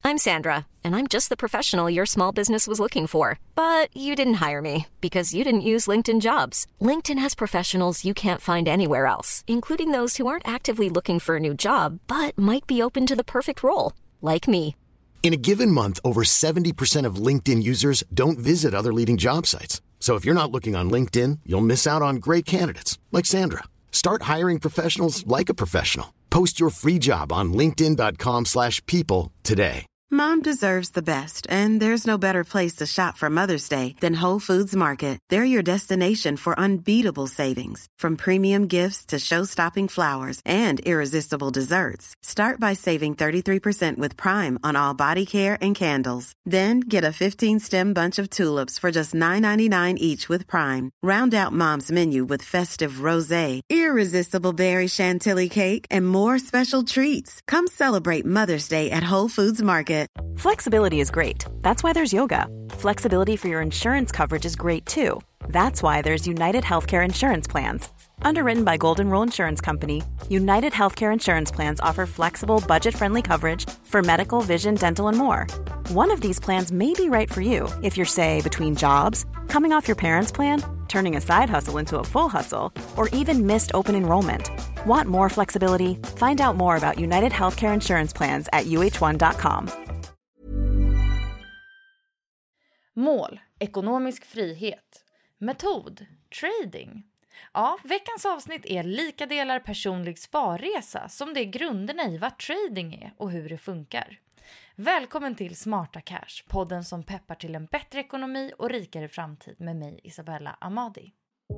I'm Sandra, and I'm just the professional your small business was looking for. But you didn't hire me because you didn't use LinkedIn Jobs. LinkedIn has professionals you can't find anywhere else, including those who aren't actively looking for a new job, but might be open to the perfect role, like me. In a given month, over 70% of LinkedIn users don't visit other leading job sites. So if you're not looking on LinkedIn, you'll miss out on great candidates like Sandra. Start hiring professionals like a professional. Post your free job on linkedin.com/people today. Mom deserves the best, and there's no better place to shop for Mother's Day than Whole Foods Market. They're your destination for unbeatable savings, from premium gifts to show-stopping flowers and irresistible desserts. Start by saving 33% with Prime on all body care and candles. Then get a 15-stem bunch of tulips for just $9.99 each with Prime. Round out Mom's menu with festive rosé, irresistible berry chantilly cake, and more special treats. Come celebrate Mother's Day at Whole Foods Market. Flexibility is great. That's why there's yoga. Flexibility for your insurance coverage is great too. That's why there's United Healthcare Insurance Plans. Underwritten by Golden Rule Insurance Company, United Healthcare Insurance Plans offer flexible, budget-friendly coverage for medical, vision, dental, and more. One of these plans may be right for you if you're, say, between jobs, coming off your parents' plan, turning a side hustle into a full hustle, or even missed open enrollment. Want more flexibility? Find out more about United Healthcare Insurance Plans at uh1.com. Mål, ekonomisk frihet. Metod, trading. Ja, veckans avsnitt är lika delar personlig sparresa som det är grunderna i vad trading är och hur det funkar. Välkommen till Smarta Cash, podden som peppar till en bättre ekonomi och rikare framtid med mig, Isabella Amadi.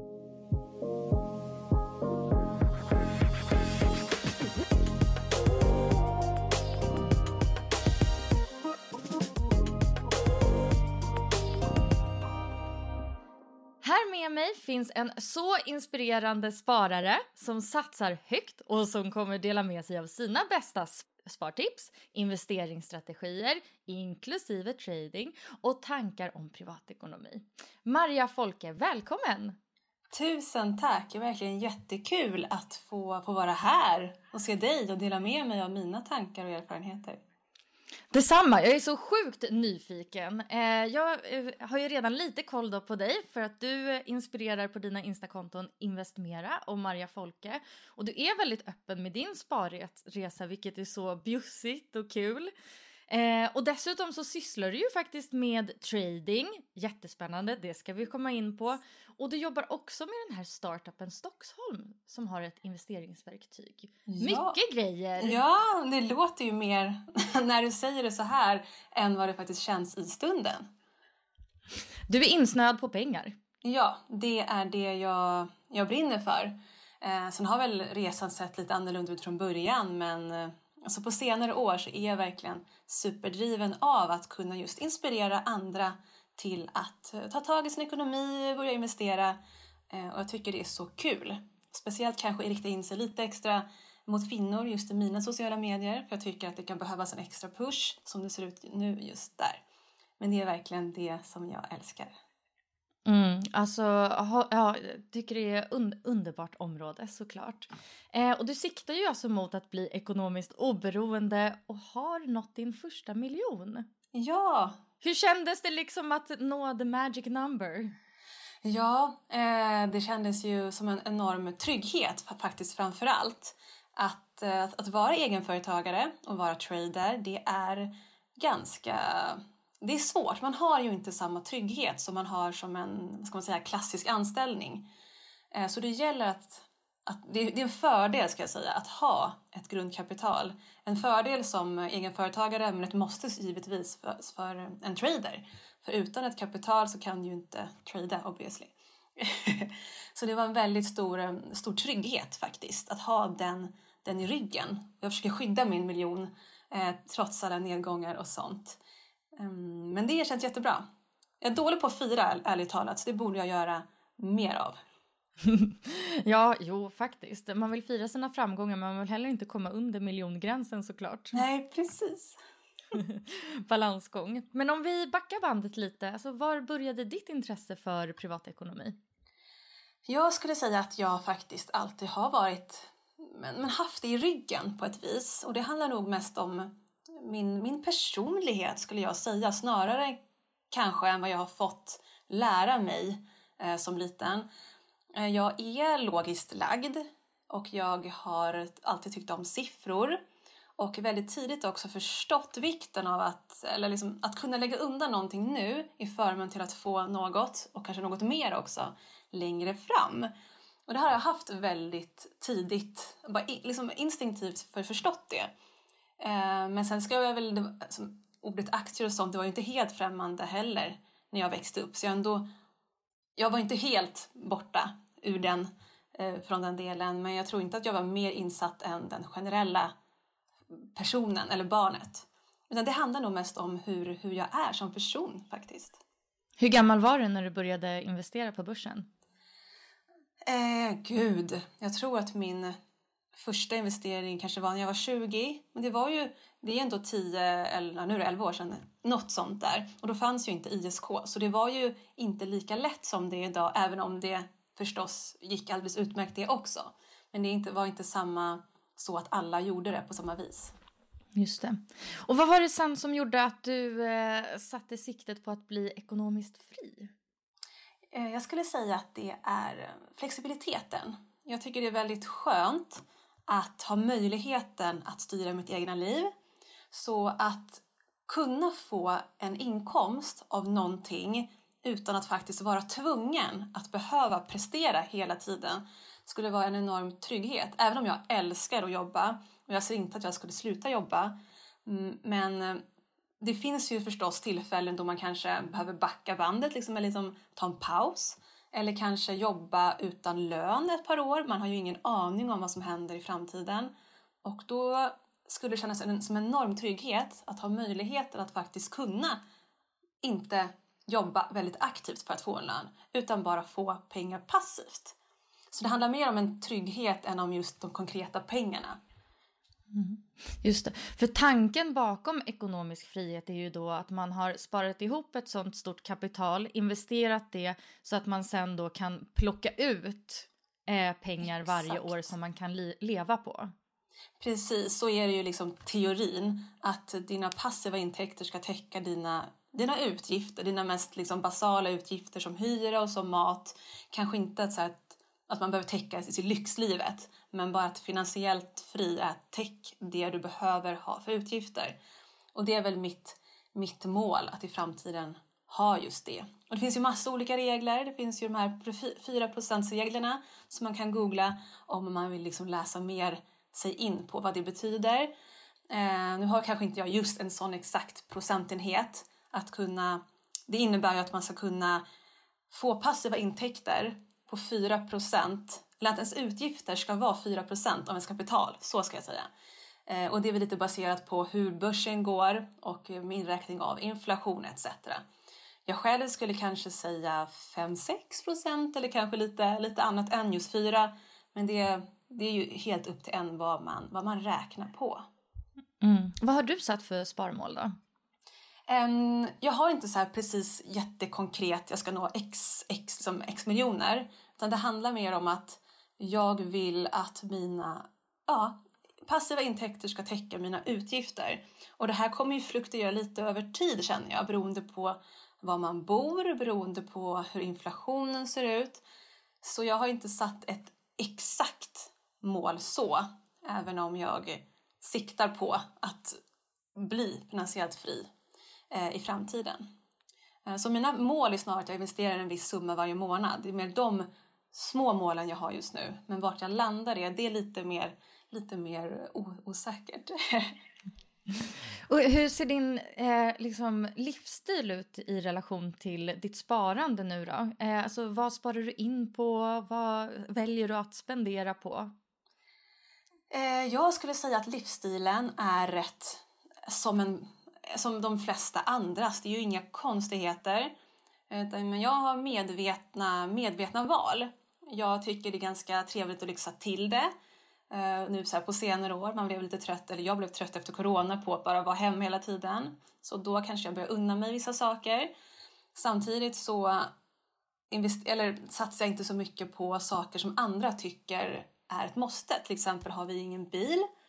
Här med mig finns en så inspirerande sparare som satsar högt och som kommer dela med sig av sina bästa spartips, investeringsstrategier, inklusive trading och tankar om privatekonomi. Maria Folke, välkommen! Tusen tack, det är verkligen jättekul att få vara här och se dig och dela med mig av mina tankar och erfarenheter. Detsamma, jag är så sjukt nyfiken. Jag har ju redan lite koll då på dig för att du inspirerar på dina Instakonton Investmera och Maria Folke. Och du är väldigt öppen med din sparresa, vilket är så bjussigt och kul. Och dessutom så sysslar du ju faktiskt med trading, jättespännande, det ska vi komma in på. Och du jobbar också med den här startupen Stockholm som har ett investeringsverktyg. Ja. Mycket grejer! Ja, det låter ju mer när du säger det så här än vad det faktiskt känns i stunden. Du är insnöad på pengar. Ja, det är det jag brinner för. Sen har väl resan sett lite annorlunda ut från början, men alltså på senare år så är jag verkligen superdriven av att kunna just inspirera andra till att ta tag i sin ekonomi, börja investera. Och jag tycker det är så kul. Speciellt kanske rikta in sig lite extra mot kvinnor just i mina sociala medier. För jag tycker att det kan behövas en extra push som det ser ut nu just där. Men det är verkligen det som jag älskar. Alltså, jag tycker det är underbart område såklart. Och du siktar ju alltså mot att bli ekonomiskt oberoende och har nått din första miljon. Ja. Hur kändes det liksom att nå the magic number? Ja, det kändes ju som en enorm trygghet faktiskt framför allt. Att vara egenföretagare och vara trader, det är det är svårt. Man har ju inte samma trygghet som man har som en, ska man säga, klassisk anställning. Så det gäller att det är en fördel, ska jag säga, att ha ett grundkapital. En fördel som egenföretagare, men ett måste givetvis för en trader. För utan ett kapital så kan du ju inte trada, obviously. Så det var en väldigt stor trygghet faktiskt, att ha den i ryggen. Jag försöker skydda min miljon trots alla nedgångar och sånt. Men det känns jättebra. Jag är dålig på att fira, ärligt talat, så det borde jag göra mer av. Ja, faktiskt. Man vill fira sina framgångar, men man vill heller inte komma under miljongränsen såklart. Nej, precis. Balansgång. Men om vi backar bandet lite, alltså var började ditt intresse för privatekonomi? Jag skulle säga att jag faktiskt alltid har varit, men haft det i ryggen på ett vis. Och det handlar nog mest om min personlighet skulle jag säga, snarare kanske än vad jag har fått lära mig som liten. Jag är logiskt lagd och jag har alltid tyckt om siffror. Och väldigt tidigt också förstått vikten av att kunna lägga undan någonting nu i förmån till att få något, och kanske något mer också, längre fram. Och det har jag haft väldigt tidigt, bara instinktivt förstått det. Men sen ska jag väl, ordet aktier och sånt, det var ju inte helt främmande heller när jag växte upp. Så jag var inte helt borta från den delen, men jag tror inte att jag var mer insatt än den generella personen eller barnet. Utan det handlar nog mest om hur jag är som person faktiskt. Hur gammal var du när du började investera på börsen? Jag tror att min första investering kanske var när jag var 20. Men det är ändå 10 eller nu är det 11 år sedan. Något sånt där. Och då fanns ju inte ISK. Så det var ju inte lika lätt som det är idag. Även om det förstås gick alldeles utmärkt det också. Men det var inte samma så att alla gjorde det på samma vis. Just det. Och vad var det sen som gjorde att du satte siktet på att bli ekonomiskt fri? Jag skulle säga att det är flexibiliteten. Jag tycker det är väldigt skönt att ha möjligheten att styra mitt egna liv. Så att kunna få en inkomst av någonting utan att faktiskt vara tvungen att behöva prestera hela tiden skulle vara en enorm trygghet. Även om jag älskar att jobba och jag ser inte att jag skulle sluta jobba. Men det finns ju förstås tillfällen då man kanske behöver backa bandet, eller ta en paus. Eller kanske jobba utan lön ett par år. Man har ju ingen aning om vad som händer i framtiden. Och då skulle det kännas som en enorm trygghet att ha möjligheten att faktiskt kunna inte jobba väldigt aktivt för att få en lön. Utan bara få pengar passivt. Så det handlar mer om en trygghet än om just de konkreta pengarna. Mm. Just det. För tanken bakom ekonomisk frihet är ju då att man har sparat ihop ett sånt stort kapital, investerat det så att man sen då kan plocka ut pengar varje år som man kan leva på. Precis, så är det ju teorin, att dina passiva intäkter ska täcka dina utgifter, dina mest basala utgifter som hyra och som mat. Kanske inte att man behöver täcka i lyxlivet, men bara att finansiellt fri är täck det du behöver ha för utgifter. Och det är väl mitt mål, att i framtiden ha just det. Och det finns ju massa olika regler. Det finns ju de här 4%-reglerna som man kan googla om man vill läsa mer sig in på vad det betyder. Nu har kanske inte jag just en sån exakt procentenhet att kunna. Det innebär ju att man ska kunna få passiva intäkter på 4%. Eller att ens utgifter ska vara 4% av ens kapital, så ska jag säga. Och det är väl lite baserat på hur börsen går och med inräkning av inflation etc. Jag själv skulle kanske säga 5-6% eller kanske lite annat än just 4%. Men det är ju helt upp till en vad man räknar på. Mm. Vad har du satt för sparmål då? Jag har inte så här precis jättekonkret, jag ska nå x miljoner. Utan det handlar mer om att jag vill att mina passiva intäkter ska täcka mina utgifter. Och det här kommer ju fluktuera lite över tid, känner jag. Beroende på var man bor, beroende på hur inflationen ser ut. Så jag har inte satt ett exakt mål så. Även om jag siktar på att bli finansiellt fri i framtiden. Så mina mål är snarare att jag investerar en viss summa varje månad. Det är mer de små målen jag har just nu. Men vart jag landar det är lite mer osäkert. Och hur ser din livsstil ut i relation till ditt sparande nu då? Alltså vad sparar du in på? Vad väljer du att spendera på? Jag skulle säga att livsstilen är rätt som de flesta andras. Det är ju inga konstigheter. Men jag har medvetna val. Jag tycker det är ganska trevligt att lyxa till det. Nu så här på senare år. Man blev lite trött, eller jag blev trött efter corona på att bara vara hemma hela tiden. Så då kanske jag börjar unna mig vissa saker. Samtidigt så satsar jag inte så mycket på saker som andra tycker är ett måste. Till exempel har vi ingen bil.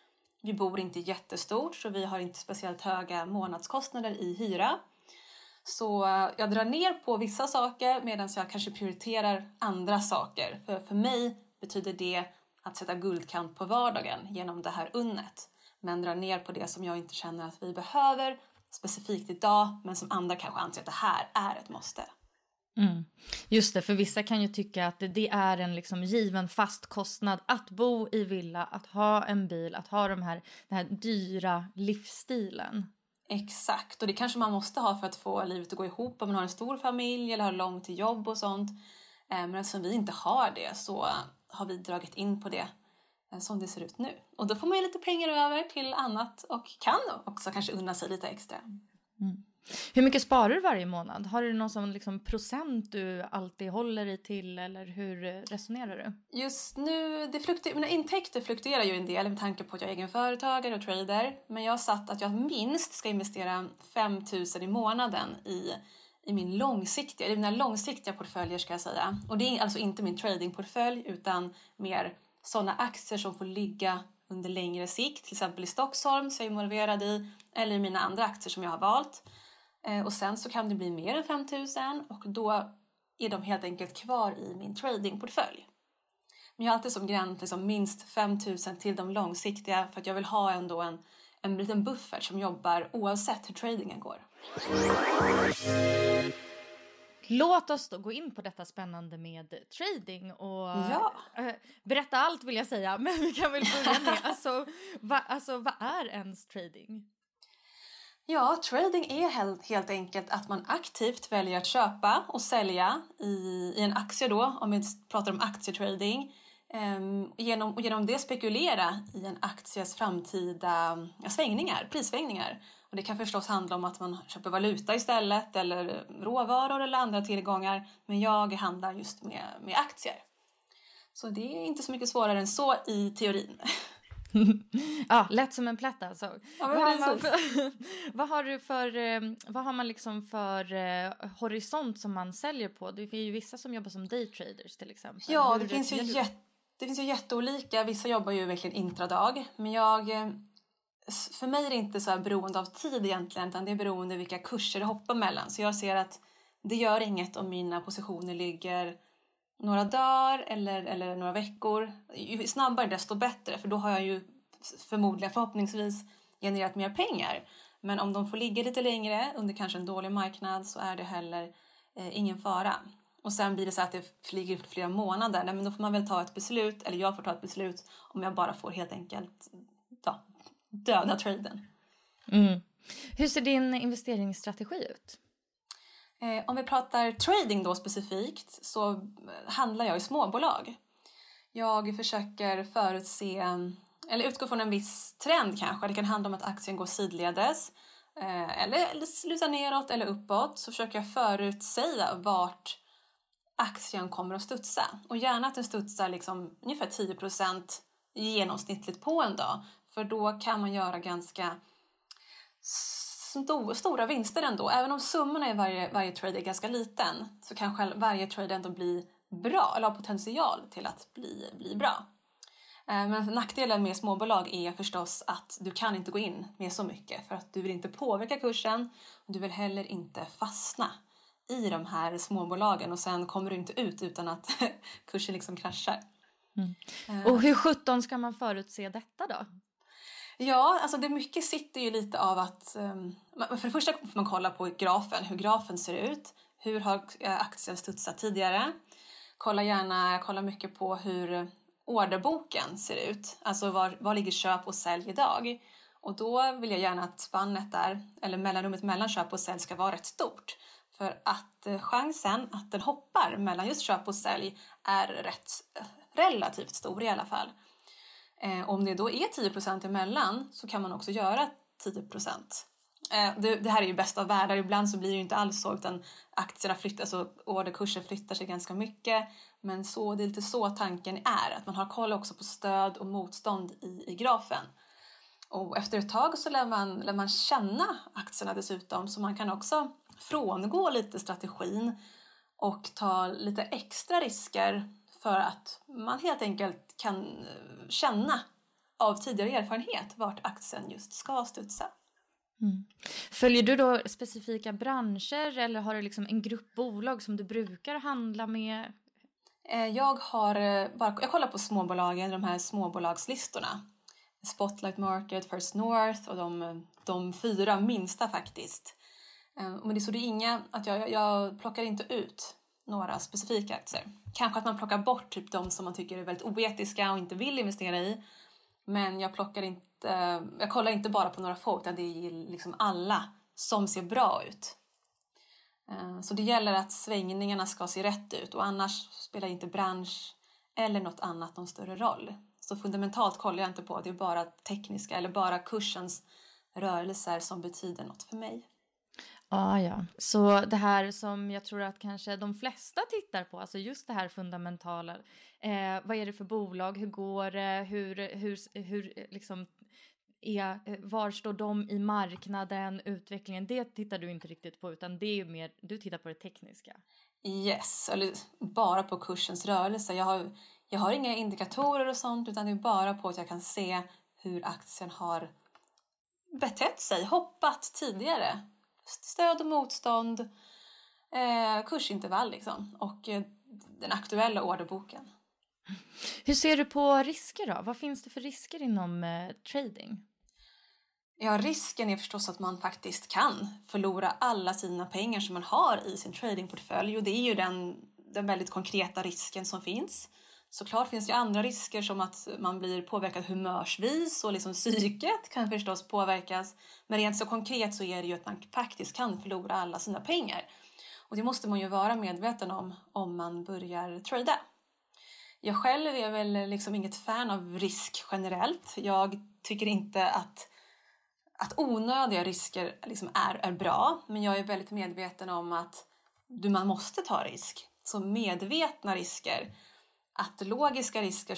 Vi bor inte jättestort så vi har inte speciellt höga månadskostnader i hyra. Så jag drar ner på vissa saker medan jag kanske prioriterar andra saker. För mig betyder det att sätta guldkant på vardagen genom det här unnet. Men dra ner på det som jag inte känner att vi behöver specifikt idag. Men som andra kanske anser att det här är ett måste. Mm. Just det, för vissa kan ju tycka att det är en liksom given fast kostnad att bo i villa, att ha en bil, att ha den här dyra livsstilen. Exakt, och det kanske man måste ha för att få livet att gå ihop om man har en stor familj eller har långt till jobb och sånt. Men eftersom vi inte har det så har vi dragit in på det som det ser ut nu. Och då får man ju lite pengar över till annat och kan också kanske unna sig lite extra. Mm. Hur mycket sparar du varje månad? Har du någon sån liksom procent du alltid håller dig till eller hur resonerar du? Just nu, mina intäkter fluktuerar ju en del med tanke på att jag är egen företagare och trader. Men jag har satt att jag minst ska investera 5 000 i månaden i mina långsiktiga portföljer ska jag säga. Och det är alltså inte min tradingportfölj utan mer sådana aktier som får ligga under längre sikt. Till exempel i Stockholm som jag är involverad i eller i mina andra aktier som jag har valt. Och sen så kan det bli mer än 5 000 och då är de helt enkelt kvar i min tradingportfölj. Men jag har alltid som gräns liksom minst 5 000 till de långsiktiga för att jag vill ha ändå en liten buffert som jobbar oavsett hur tradingen går. Låt oss då gå in på detta spännande med trading och berätta allt vill jag säga, men vi kan väl börja med vad är ens trading? Ja, trading är helt enkelt att man aktivt väljer att köpa och sälja i en aktie då, om vi pratar om aktietrading. Genom det spekulera i en akties framtida prissvängningar. Och det kan förstås handla om att man köper valuta istället eller råvaror eller andra tillgångar. Men jag handlar just med aktier. Så det är inte så mycket svårare än så i teorin. Ja, lätt som en plätt alltså. Ja, vad har man liksom för horisont som man säljer på? Det är ju vissa som jobbar som daytraders till exempel. Ja, det finns ju jätteolika. Vissa jobbar ju verkligen intradag. Men för mig är det inte så här beroende av tid egentligen. Utan det är beroende av vilka kurser det hoppar mellan. Så jag ser att det gör inget om mina positioner ligger några dagar eller några veckor. Ju snabbare desto bättre. För då har jag ju förhoppningsvis genererat mer pengar. Men om de får ligga lite längre under kanske en dålig marknad så är det heller ingen fara. Och sen blir det så att det flyger flera månader. Nej, men då får man väl ta ett beslut, eller jag får ta ett beslut om jag bara får helt enkelt döda traden. Mm. Hur ser din investeringsstrategi ut? Om vi pratar trading då specifikt så handlar jag i småbolag. Jag försöker utgå från en viss trend kanske. Det kan handla om att aktien går sidledes eller slutar neråt eller uppåt. Så försöker jag förutsäga vart aktien kommer att studsa. Och gärna att den studsar liksom ungefär 10% genomsnittligt på en dag. För då kan man göra ganska stora vinster ändå. Även om summan i varje trade är ganska liten så kan varje trade ändå bli bra eller ha potential till att bli bra. Men nackdelen med småbolag är förstås att du kan inte gå in med så mycket för att du vill inte påverka kursen och du vill heller inte fastna i de här småbolagen och sen kommer du inte ut utan att kursen liksom kraschar. Mm. Och hur 17 ska man förutse detta då? Ja, alltså det mycket sitter ju lite av att för det första får man kolla på hur grafen ser ut. Hur har aktien studsat tidigare? Kolla mycket på hur orderboken ser ut. Alltså var ligger köp och sälj idag? Och då vill jag gärna att spannet där, eller mellanrummet mellan köp och sälj ska vara rätt stort. För att chansen att den hoppar mellan just köp och sälj är relativt stor i alla fall. Om det då är 10% emellan så kan man också göra 10%. Det här är ju bästa av världar. Ibland så blir det ju inte alls så utan aktierna flyttas och orderkursen flyttar sig ganska mycket. Men det är lite så tanken är. Att man har koll också på stöd och motstånd i grafen. Och efter ett tag så lär man känna aktierna dessutom. Så man kan också frångå lite strategin och ta lite extra risker för att man helt enkelt kan känna av tidigare erfarenhet vart aktien just ska studsa. Följer du då specifika branscher eller har du liksom en grupp bolag som du brukar handla med? Jag kollar på småbolagen, de här småbolagslistorna. Spotlight Market, First North och de 4 minsta faktiskt. Men det är inga, att jag plockar inte ut några specifika aktier. Kanske att man plockar bort typ de som man tycker är väldigt oetiska och inte vill investera i. Men jag kollar inte bara på några få, utan det är liksom alla som ser bra ut. Så det gäller att svängningarna ska se rätt ut och annars spelar inte bransch eller något annat någon större roll. Så fundamentalt kollar jag inte på att det är bara tekniska eller bara kursens rörelser som betyder något för mig. Ja. Så det här som jag tror att kanske de flesta tittar på, alltså just det här fundamentala. Vad är det för bolag? Hur går det? Hur liksom var står de i marknaden, utvecklingen? Det tittar du inte riktigt på, utan det är mer, du tittar på det tekniska. Yes, eller bara på kursens rörelse. Jag har inga indikatorer och sånt, utan det är bara på att jag kan se hur aktien har betett sig, hoppat tidigare. Stöd och motstånd, kursintervall liksom, och den aktuella orderboken. Hur ser du på risker då? Vad finns det för risker inom trading? Ja, risken är förstås att man faktiskt kan förlora alla sina pengar som man har i sin tradingportfölj. Och det är ju den väldigt konkreta risken som finns. Såklart finns det andra risker som att man blir påverkad humörsvis och liksom psyket kan förstås påverkas. Men rent så konkret så är det ju att man faktiskt kan förlora alla sina pengar. Och det måste man ju vara medveten om man börjar trada. Jag själv är väl liksom inget fan av risk generellt. Jag tycker inte att onödiga risker liksom är bra. Men jag är väldigt medveten om att man måste ta risk. Så medvetna risker, att logiska risker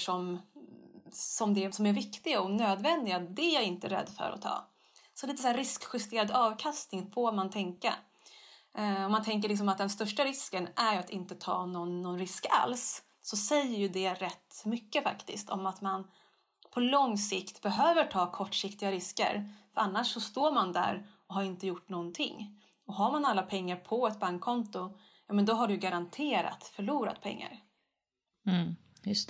som är viktiga och nödvändiga, det är jag inte rädd för att ta. Så lite så här riskjusterad avkastning får man tänka. Om man tänker liksom att den största risken är att inte ta någon risk alls, så säger ju det rätt mycket faktiskt om att man på lång sikt behöver ta kortsiktiga risker. För annars så står man där och har inte gjort någonting. Och har man alla pengar på ett bankkonto, ja men då har du garanterat förlorat pengar. Just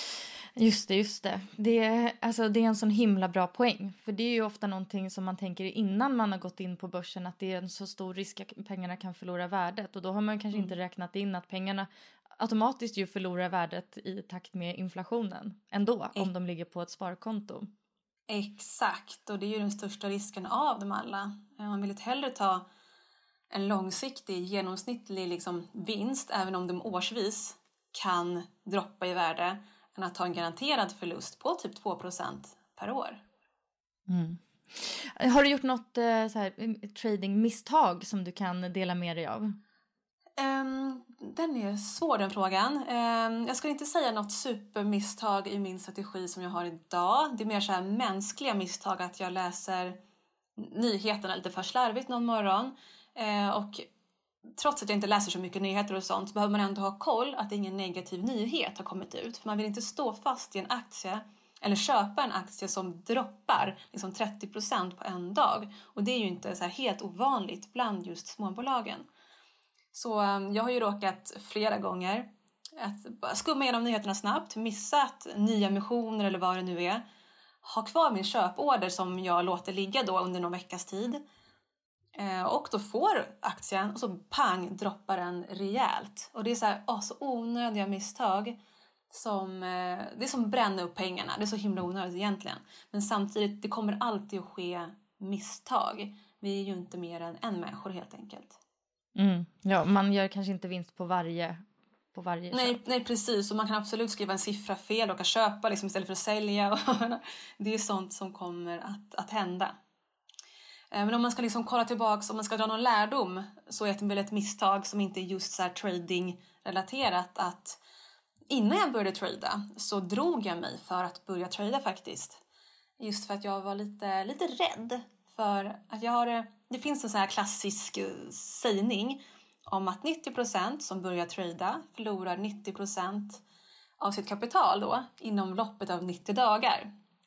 det. Det är en sån himla bra poäng. För det är ju ofta någonting som man tänker innan man har gått in på börsen, att det är en så stor risk att pengarna kan förlora värdet. Och då har man kanske inte räknat in att pengarna automatiskt ju förlorar värdet i takt med inflationen ändå, om de ligger på ett sparkonto. Exakt, och det är ju den största risken av dem alla. Man vill inte hellre ta en långsiktig, genomsnittlig liksom vinst, även om de årsvis kan droppa i värde, än att ta en garanterad förlust på typ 2% per år. Har du gjort något så här tradingmisstag som du kan dela med dig av? Den är svår, den frågan. Jag skulle inte säga något supermisstag i min strategi som jag har idag. Det är mer så här mänskliga misstag, att jag läser nyheterna lite för slarvigt någon morgon. Och trots att jag inte läser så mycket nyheter och sånt, så behöver man ändå ha koll att ingen negativ nyhet har kommit ut. För man vill inte stå fast i en aktie eller köpa en aktie som droppar liksom 30% på en dag. Och det är ju inte så här helt ovanligt bland just småbolagen. Så jag har ju råkat flera gånger att bara skumma igenom nyheterna snabbt, missat nya emissioner eller vad det nu är. Ha kvar min köporder som jag låter ligga då under någon veckas tid. Och då får aktien och så pang droppar den rejält. Och det är så här, så onödiga misstag. Det är som bränner upp pengarna. Det är så himla onödigt egentligen. Men samtidigt, det kommer alltid att ske misstag. Vi är ju inte mer än en människor helt enkelt. Ja, man gör kanske inte vinst på varje köp. Nej, precis. Och man kan absolut skriva en siffra fel och köpa liksom, istället för att sälja. Det är sånt som kommer att hända. Men om man ska liksom kolla tillbaka, om man ska dra någon lärdom, så är det väl ett misstag som inte är just så här trading-relaterat, att innan jag började trada så drog jag mig för att börja trada faktiskt. Just för att jag var lite rädd för att det finns en sån här klassisk sägning om att 90% som börjar trada förlorar 90% av sitt kapital då inom loppet av 90 dagar.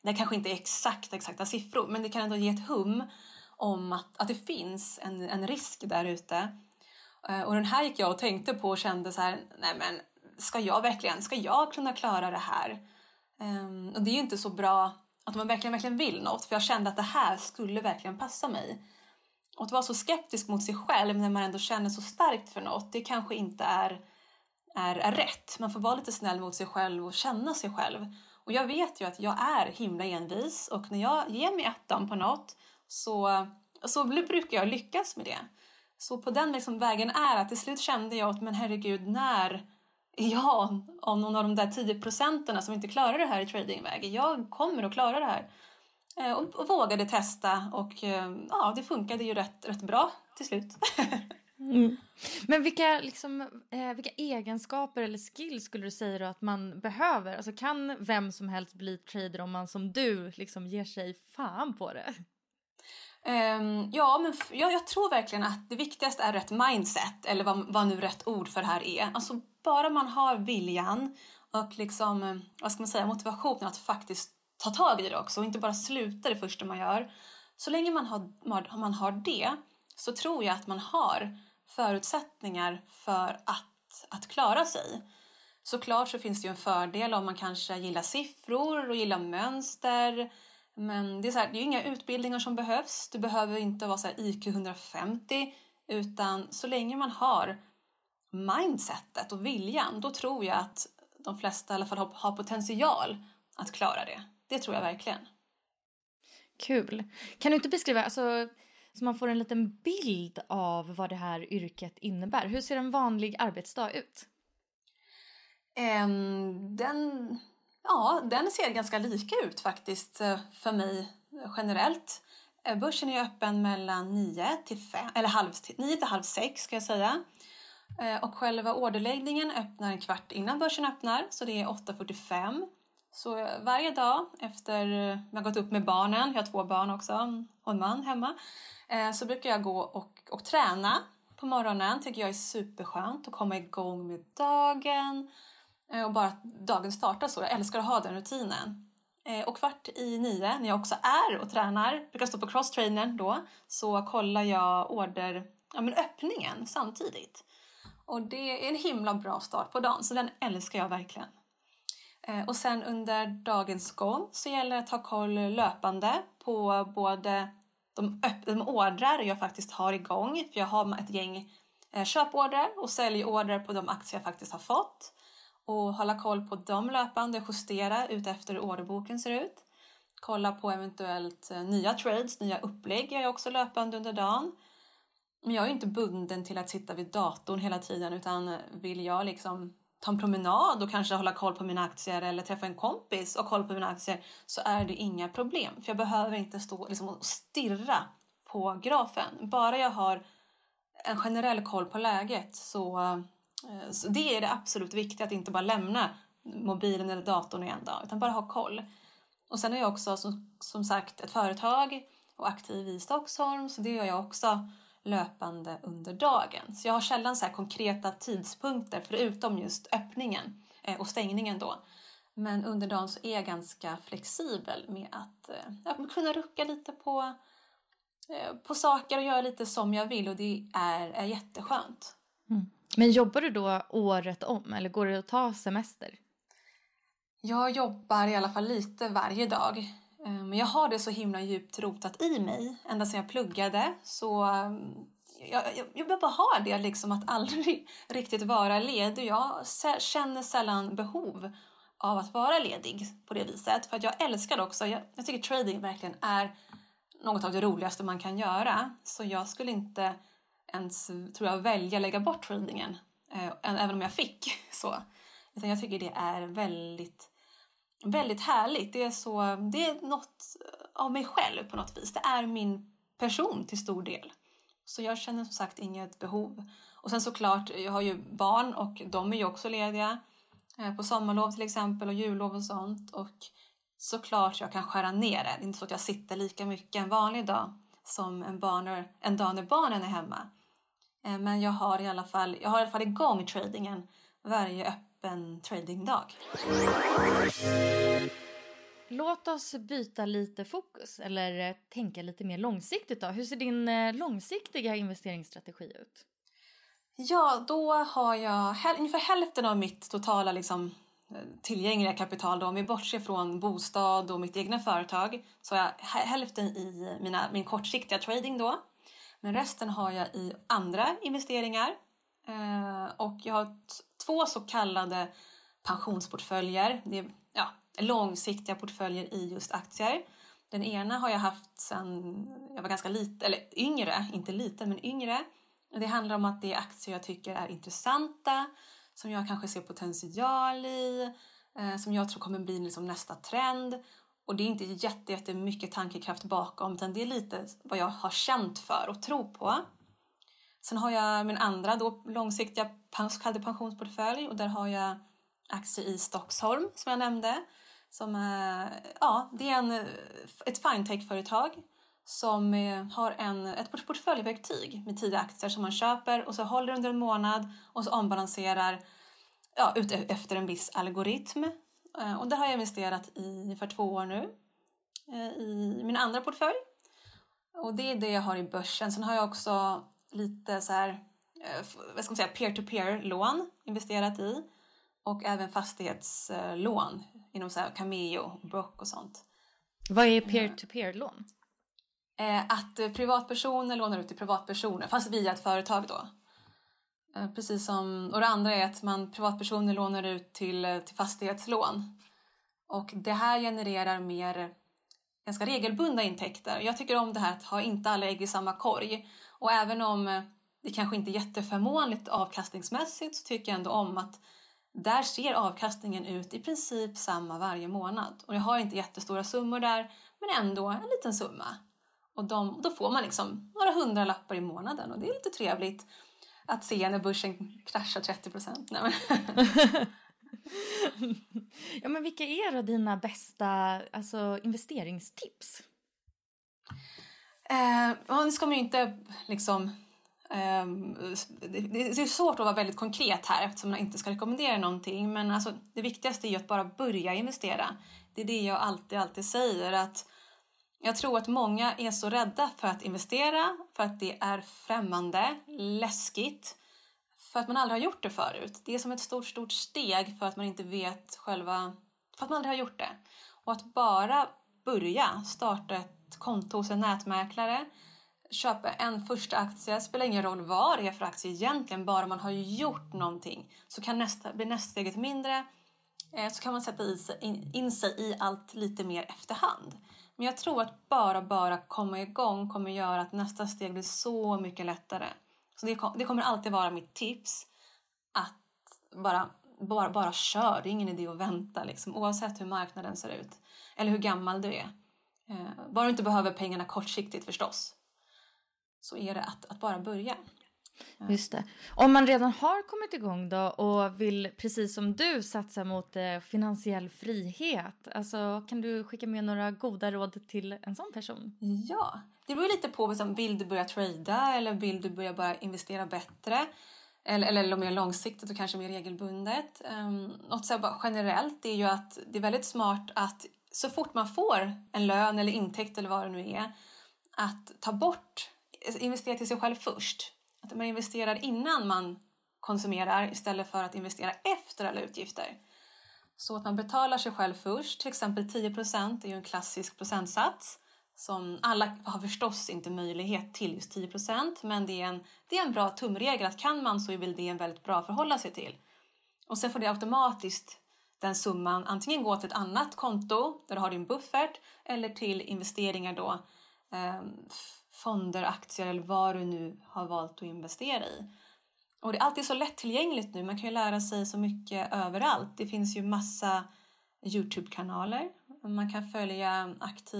det kanske inte är exakta siffror, men det kan ändå ge ett hum om att det finns en risk där ute. Och den här gick jag och tänkte på och kände så här, nej men ska jag kunna klara det här? Och det är ju inte så bra att man verkligen vill något, för jag kände att det här skulle verkligen passa mig. Och att vara så skeptisk mot sig själv när man ändå känner så starkt för något, det kanske inte är rätt. Man får vara lite snäll mot sig själv och känna sig själv. Och jag vet ju att jag är himla envis, och när jag ger mig ettan på något så brukar jag lyckas med det. Så på den liksom vägen är att till slut kände jag att men herregud, när jag om någon av de där 10% som inte klarar det här i tradingvägen, jag kommer att klara det här. Och vågade testa, och ja, det funkade ju rätt bra till slut. Men vilka egenskaper eller skills skulle du säga då att man behöver? Alltså kan vem som helst bli trader om man som du liksom ger sig fan på det? Ja, men jag tror verkligen att det viktigaste är rätt mindset, eller vad nu rätt ord för det här är. Alltså bara man har viljan och liksom, vad ska man säga, motivationen att faktiskt ta tag i det också och inte bara sluta det första man gör. Så länge man har det, så tror jag att man har förutsättningar för att klara sig. Såklart så finns det ju en fördel om man kanske gillar siffror och gillar mönster. Men det är ju inga utbildningar som behövs. Du behöver inte vara så här IQ 150. Utan så länge man har mindsetet och viljan, då tror jag att de flesta i alla fall har potential att klara det. Det tror jag verkligen. Kul. Kan du inte beskriva, alltså, så man får en liten bild av vad det här yrket innebär? Hur ser en vanlig arbetsdag ut? Den ser ganska lika ut faktiskt för mig generellt. Börsen är öppen mellan 9 till 5 ska jag säga. Och själva orderläggningen öppnar en kvart innan börsen öppnar, så det är 8:45. Så varje dag efter jag gått upp med barnen, jag har 2 barn också och en man hemma, så brukar jag gå och träna på morgonen. Tycker jag är superskönt att komma igång med dagen och bara att dagen startar så. Jag älskar att ha den rutinen. Och 8:45, när jag också är och tränar, brukar stå på cross-trainern då, så kollar jag öppningen samtidigt. Och det är en himla bra start på dagen, så den älskar jag verkligen. Och sen under dagens gång så gäller det att ha koll löpande på både de ordrar jag faktiskt har igång. För jag har ett gäng köpordrar och säljordrar på de aktier jag faktiskt har fått. Och hålla koll på dem löpande, justera ut efter hur orderboken ser ut. Kolla på eventuellt nya trades, nya upplägg jag också löpande under dagen. Men jag är inte bunden till att sitta vid datorn hela tiden, utan vill jag liksom ta en promenad och kanske hålla koll på mina aktier eller träffa en kompis och kolla på mina aktier, så är det inga problem. För jag behöver inte stå liksom och stirra på grafen. Bara jag har en generell koll på läget, så det är det absolut viktiga, att inte bara lämna mobilen eller datorn i en dag, utan bara ha koll. Och sen är jag också som sagt ett företag och aktiv i Stockholm, så det gör jag också löpande under dagen. Så jag har sällan så här konkreta tidspunkter förutom just öppningen och stängningen då. Men under dagen så är jag ganska flexibel med att kunna rucka lite på saker och göra lite som jag vill, och det är jätteskönt. Men jobbar du då året om, eller går det att ta semester? Jag jobbar i alla fall lite varje dag. Men jag har det så himla djupt rotat i mig ända sedan jag pluggade. Så jag bara har det liksom, att aldrig riktigt vara ledig. Jag känner sällan behov av att vara ledig på det viset. För att jag älskar det också. Jag tycker trading verkligen är något av det roligaste man kan göra. Så jag skulle inte ens, tror jag, välja lägga bort tradingen. Även om jag fick så. Utan jag tycker det är väldigt, väldigt härligt. Det är något av mig själv på något vis. Det är min person till stor del. Så jag känner som sagt inget behov. Och sen såklart, jag har ju barn och de är ju också lediga. På sommarlov till exempel och jullov och sånt. Och såklart jag kan skära ner det. Det är inte så att jag sitter lika mycket en vanlig dag som en dag när barnen är hemma. Men jag har i alla fall igång tradingen varje öppen tradingdag. låt oss byta lite fokus eller tänka lite mer långsiktigt då. Hur ser din långsiktiga investeringsstrategi ut? Ja, då har jag ungefär hälften av mitt totala liksom, tillgängliga kapital. Då. Om vi bortser från bostad och mitt egna företag så har jag hälften i min kortsiktiga trading då. Men resten har jag i andra investeringar. Och jag har 2 så kallade pensionsportföljer. Det är långsiktiga portföljer i just aktier. Den ena har jag haft sedan jag var ganska liten, eller yngre, inte liten men yngre. Det handlar om att det är aktier jag tycker är intressanta, som jag kanske ser potential i, som jag tror kommer bli liksom nästa trend. Och det är inte jättemycket tankekraft bakom, utan det är lite vad jag har känt för och tror på. Sen har jag min andra då långsiktiga så kallade pensionsportfölj, och där har jag aktier i Stockholm som jag nämnde. Som det är ett fintech-företag som har ett portföljverktyg med 10 aktier som man köper och så håller under en månad och så ombalanserar ut efter en viss algoritm. Och där har jag investerat i ungefär 2 år nu i min andra portfölj. Och det är det jag har i börsen. Sen har jag också lite så här, peer-to-peer-lån investerat i. Och även fastighetslån inom så här Cameo, Brock och sånt. Vad är peer-to-peer-lån? Att privatpersoner lånar ut till privatpersoner, fast via ett företag då. Precis som, och det andra är att privatpersoner lånar ut till fastighetslån. Och det här genererar mer ganska regelbundna intäkter. Jag tycker om det här att ha inte alla ägg i samma korg. Och även om det kanske inte är jätteförmånligt avkastningsmässigt, så tycker jag ändå om att där ser avkastningen ut i princip samma varje månad. Och jag har inte jättestora summor där, men ändå en liten summa. Och då får man liksom några 100-lappar i månaden. Och det är lite trevligt att se när börsen kraschar 30%. Nej, men. Ja, men vilka är då dina bästa investeringstips? Nu ska man ju inte liksom... det är svårt att vara väldigt konkret här eftersom man inte ska rekommendera någonting. Men alltså, det viktigaste är ju att bara börja investera. Det är det jag alltid säger, att jag tror att många är så rädda för att investera för att det är främmande, läskigt, för att man aldrig har gjort det förut. Det är som ett stort steg för att man inte vet själva, för att man aldrig har gjort det. Och att bara börja, starta ett konto hos en nätmäklare, köpa en första aktie, spelar ingen roll vad det är för aktie egentligen, bara man har gjort någonting så kan bli nästa steget mindre, så kan man sätta in sig i allt lite mer efterhand. Men jag tror att bara komma igång kommer göra att nästa steg blir så mycket lättare. Så det kommer alltid vara mitt tips, att bara kör. Det är ingen idé att vänta liksom, oavsett hur marknaden ser ut eller hur gammal du är. Bara du inte behöver pengarna kortsiktigt förstås, så är det att bara börja. Just det. Om man redan har kommit igång då och vill, precis som du, satsa mot finansiell frihet. Kan du skicka med några goda råd till en sån person? Ja, det beror lite på. Vill du börja trada eller vill du börja bara investera bättre? Eller mer långsiktigt och kanske mer regelbundet. Något så här bara generellt är ju att det är väldigt smart att så fort man får en lön eller intäkt eller vad det nu är, att investera till sig själv först. Att man investerar innan man konsumerar istället för att investera efter alla utgifter. Så att man betalar sig själv först. Till exempel 10% är ju en klassisk procentsats. Som alla har förstås inte möjlighet till just 10%. Men det är en bra tumregel. Att kan man så är väl det en väldigt bra att förhålla sig till. Och sen får det automatiskt den summan antingen gå till ett annat konto där du har din buffert. Eller till investeringar då. Fonder, aktier eller vad du nu har valt att investera i. Och det är alltid så lättillgängligt nu. Man kan ju lära sig så mycket överallt. Det finns ju massa YouTube-kanaler. Man kan följa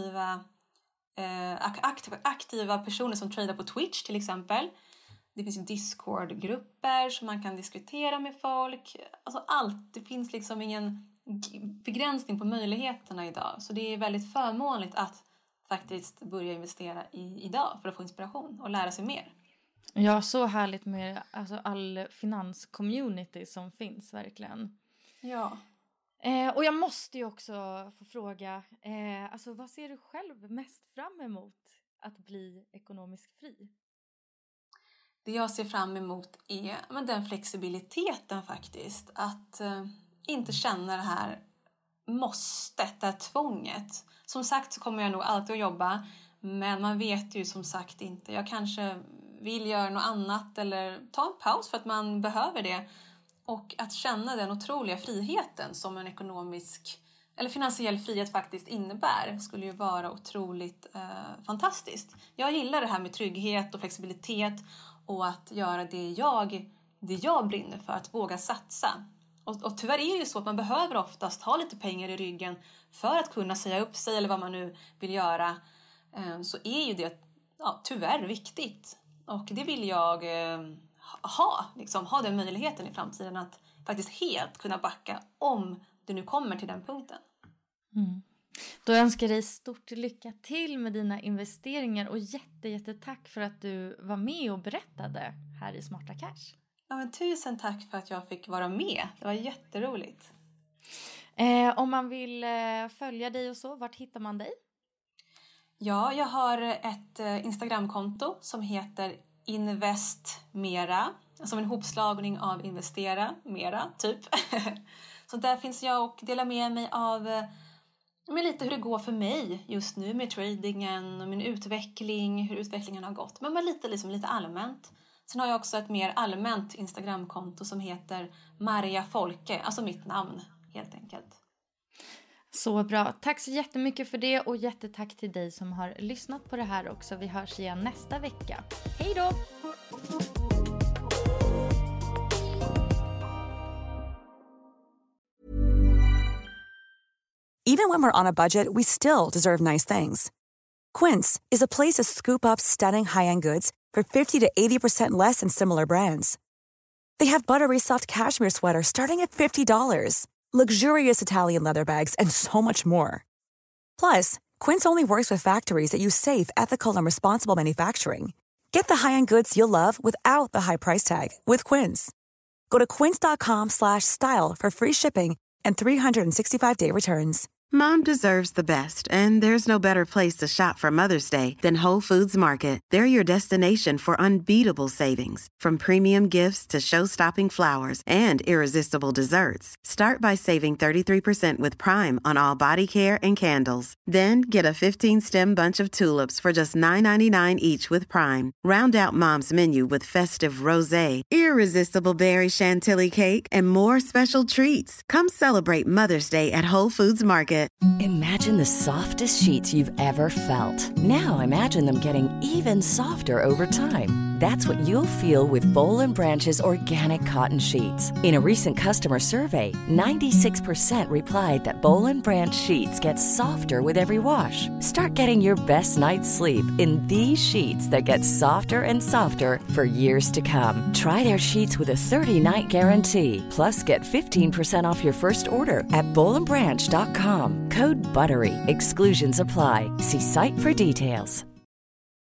aktiva personer som tradar på Twitch till exempel. Det finns ju Discord-grupper som man kan diskutera med folk. Alltså allt. Det finns liksom ingen begränsning på möjligheterna idag. Så det är väldigt förmånligt att faktiskt börja investera idag för att få inspiration och lära sig mer. Ja, så härligt med all finanscommunity som finns verkligen. Ja. Och jag måste ju också få fråga, alltså vad ser du själv mest fram emot att bli ekonomiskt fri? Det jag ser fram emot är den flexibiliteten faktiskt. Att inte känna det här måstet, det här tvånget. Som sagt så kommer jag nog alltid att jobba, men man vet ju som sagt inte. Jag kanske vill göra något annat eller ta en paus för att man behöver det. Och att känna den otroliga friheten som en ekonomisk eller finansiell frihet faktiskt innebär skulle ju vara otroligt fantastiskt. Jag gillar det här med trygghet och flexibilitet och att göra det jag brinner för, att våga satsa. Och tyvärr är det ju så att man behöver oftast ha lite pengar i ryggen för att kunna säga upp sig eller vad man nu vill göra. Så är ju det tyvärr viktigt. Och det vill jag ha den möjligheten i framtiden att faktiskt helt kunna backa om det nu kommer till den punkten. Mm. Då önskar jag dig stort lycka till med dina investeringar och jättetack för att du var med och berättade här i Smarta Cash. Ja, men tusen tack för att jag fick vara med. Det var jätteroligt. Om man vill följa dig och så, vart hittar man dig? Ja, jag har ett Instagramkonto som heter Investmera. Som en hopslagning av investera mera, typ. Så där finns jag och delar med mig av lite hur det går för mig just nu med tradingen och min utveckling, hur utvecklingen har gått. Men lite allmänt. Sen har jag också ett mer allmänt Instagramkonto som heter Maria Folke, alltså mitt namn helt enkelt. Så bra. Tack så jättemycket för det och jättetack till dig som har lyssnat på det här också. Vi hörs igen nästa vecka. Hej då! Even when we're on a budget, we still deserve nice things. Quince is a place to scoop up stunning high-end goods for 50 to 80% less than similar brands. They have buttery soft cashmere sweaters starting at $50, luxurious Italian leather bags, and so much more. Plus, Quince only works with factories that use safe, ethical, and responsible manufacturing. Get the high-end goods you'll love without the high price tag with Quince. Go to quince.com/style for free shipping and 365-day returns. Mom deserves the best, and there's no better place to shop for Mother's Day than Whole Foods Market. They're your destination for unbeatable savings, from premium gifts to show-stopping flowers and irresistible desserts. Start by saving 33% with Prime on all body care and candles. Then get a 15-stem bunch of tulips for just $9.99 each with Prime. Round out Mom's menu with festive rosé, irresistible berry chantilly cake, and more special treats. Come celebrate Mother's Day at Whole Foods Market. Imagine the softest sheets you've ever felt. Now imagine them getting even softer over time. That's what you'll feel with Boll & Branch's organic cotton sheets. In a recent customer survey, 96% replied that Boll & Branch sheets get softer with every wash. Start getting your best night's sleep in these sheets that get softer and softer for years to come. Try their sheets with a 30-night guarantee. Plus, get 15% off your first order at bollandbranch.com. Code BUTTERY. Exclusions apply. See site for details.